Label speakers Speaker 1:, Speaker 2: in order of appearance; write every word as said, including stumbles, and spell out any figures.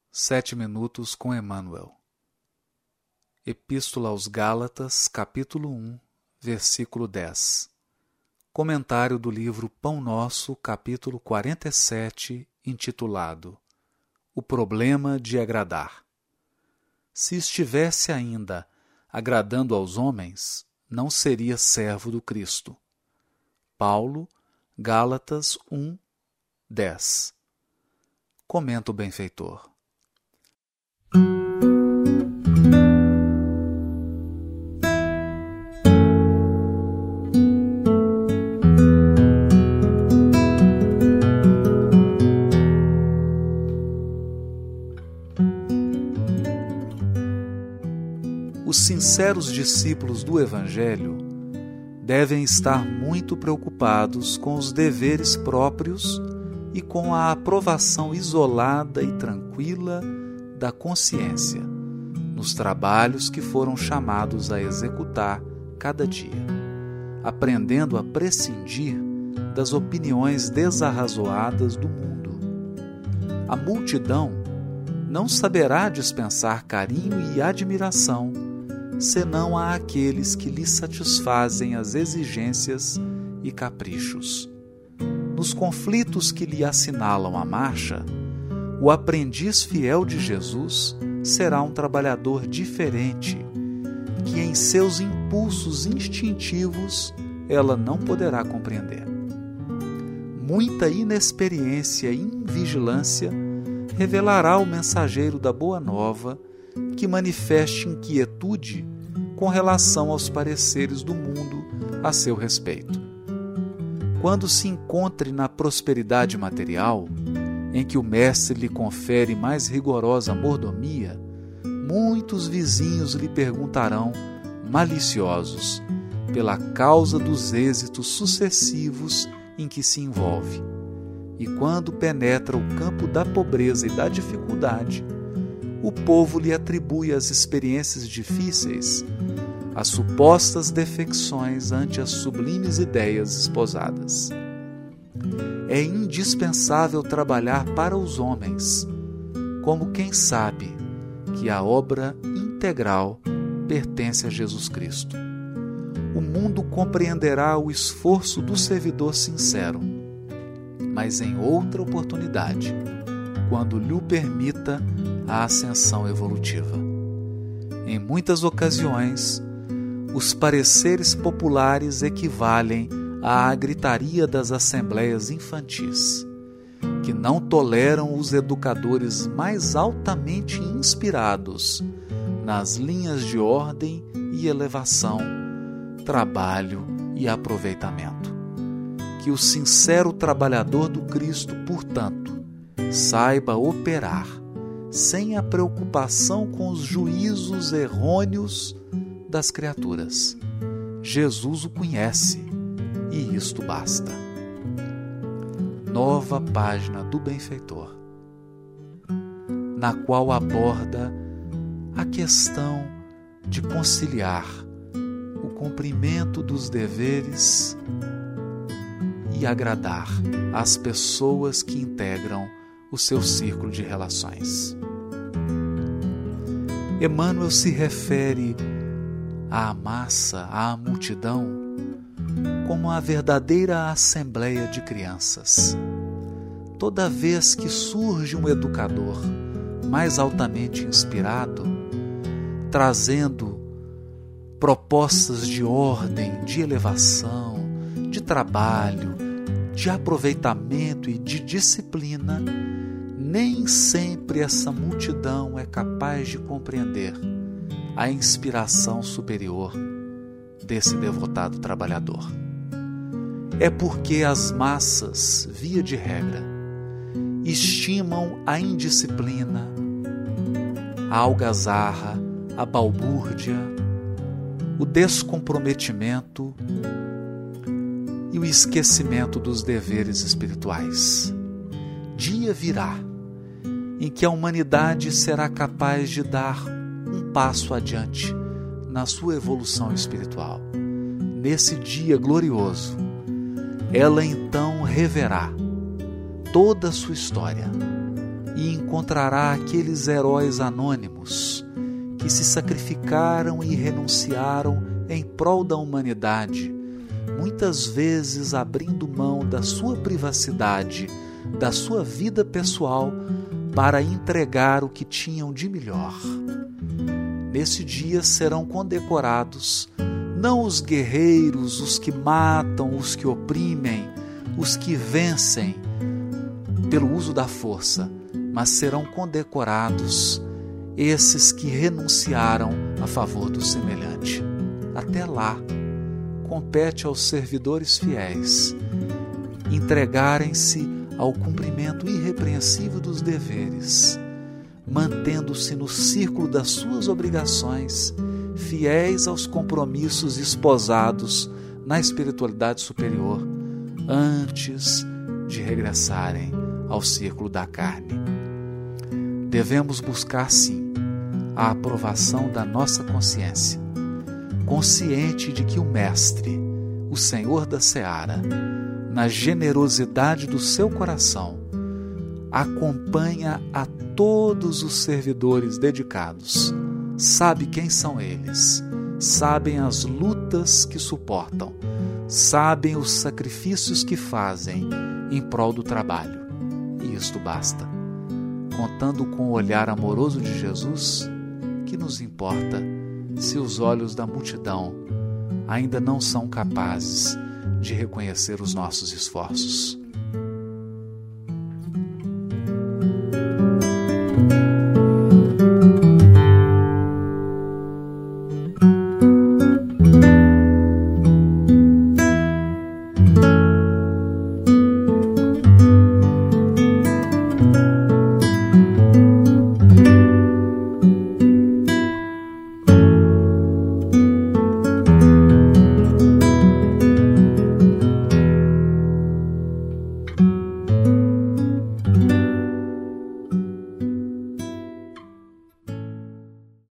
Speaker 1: Sete minutos com Emmanuel. Epístola aos Gálatas, capítulo um, versículo dez. Comentário do livro Pão Nosso, capítulo quarenta e sete, intitulado O Problema de Agradar. Se estivesse ainda agradando aos homens, não seria servo do Cristo. Paulo, Gálatas um, dez. Comenta o benfeitor. Os sinceros discípulos do Evangelho devem estar muito preocupados com os deveres próprios e com a aprovação isolada e tranquila da consciência nos trabalhos que foram chamados a executar cada dia, aprendendo a prescindir das opiniões desarrazoadas do mundo. A multidão não saberá dispensar carinho e admiração senão a aqueles que lhe satisfazem as exigências e caprichos. Nos conflitos que lhe assinalam a marcha, o aprendiz fiel de Jesus será um trabalhador diferente, que em seus impulsos instintivos ela não poderá compreender. Muita inexperiência e invigilância revelará ao mensageiro da Boa Nova que manifeste inquietude com relação aos pareceres do mundo a seu respeito. Quando se encontre na prosperidade material, em que o mestre lhe confere mais rigorosa mordomia, muitos vizinhos lhe perguntarão, maliciosos, pela causa dos êxitos sucessivos em que se envolve. E quando penetra o campo da pobreza e da dificuldade, o povo lhe atribui as experiências difíceis, as supostas defecções ante as sublimes ideias esposadas. É indispensável trabalhar para os homens, como quem sabe que a obra integral pertence a Jesus Cristo. O mundo compreenderá o esforço do servidor sincero, mas em outra oportunidade, quando lhe permita a ascensão evolutiva. Em muitas ocasiões, os pareceres populares equivalem à gritaria das assembleias infantis, que não toleram os educadores mais altamente inspirados nas linhas de ordem e elevação, trabalho e aproveitamento. Que o sincero trabalhador do Cristo, portanto, saiba operar sem a preocupação com os juízos errôneos das criaturas. Jesus o conhece e isto basta. Nova página do benfeitor, na qual aborda a questão de conciliar o cumprimento dos deveres e agradar as pessoas que integram o seu círculo de relações. Emmanuel se refere à massa, à multidão, como a verdadeira assembleia de crianças. Toda vez que surge um educador mais altamente inspirado, trazendo propostas de ordem, de elevação, de trabalho, de aproveitamento e de disciplina, nem sempre essa multidão é capaz de compreender a inspiração superior desse devotado trabalhador. É porque as massas, via de regra, estimam a indisciplina, a algazarra, a balbúrdia, o descomprometimento e o esquecimento dos deveres espirituais. Dia virá em que a humanidade será capaz de dar um passo adiante na sua evolução espiritual. Nesse dia glorioso, ela então reverá toda a sua história e encontrará aqueles heróis anônimos que se sacrificaram e renunciaram em prol da humanidade, muitas vezes abrindo mão da sua privacidade, da sua vida pessoal, para entregar o que tinham de melhor. Nesse dia serão condecorados não os guerreiros, os que matam, os que oprimem, os que vencem pelo uso da força, mas serão condecorados esses que renunciaram a favor do semelhante. Até lá, compete aos servidores fiéis entregarem-se ao cumprimento irrepreensível dos deveres, mantendo-se no círculo das suas obrigações, fiéis aos compromissos esposados na espiritualidade superior, antes de regressarem ao círculo da carne. Devemos buscar, sim, a aprovação da nossa consciência, consciente de que o Mestre, o Senhor da Seara, na generosidade do seu coração, acompanha a todos os servidores dedicados, sabe quem são eles, sabem as lutas que suportam, sabem os sacrifícios que fazem em prol do trabalho. E isto basta. Contando com o olhar amoroso de Jesus, que nos importa se os olhos da multidão ainda não são capazes de reconhecer os nossos esforços.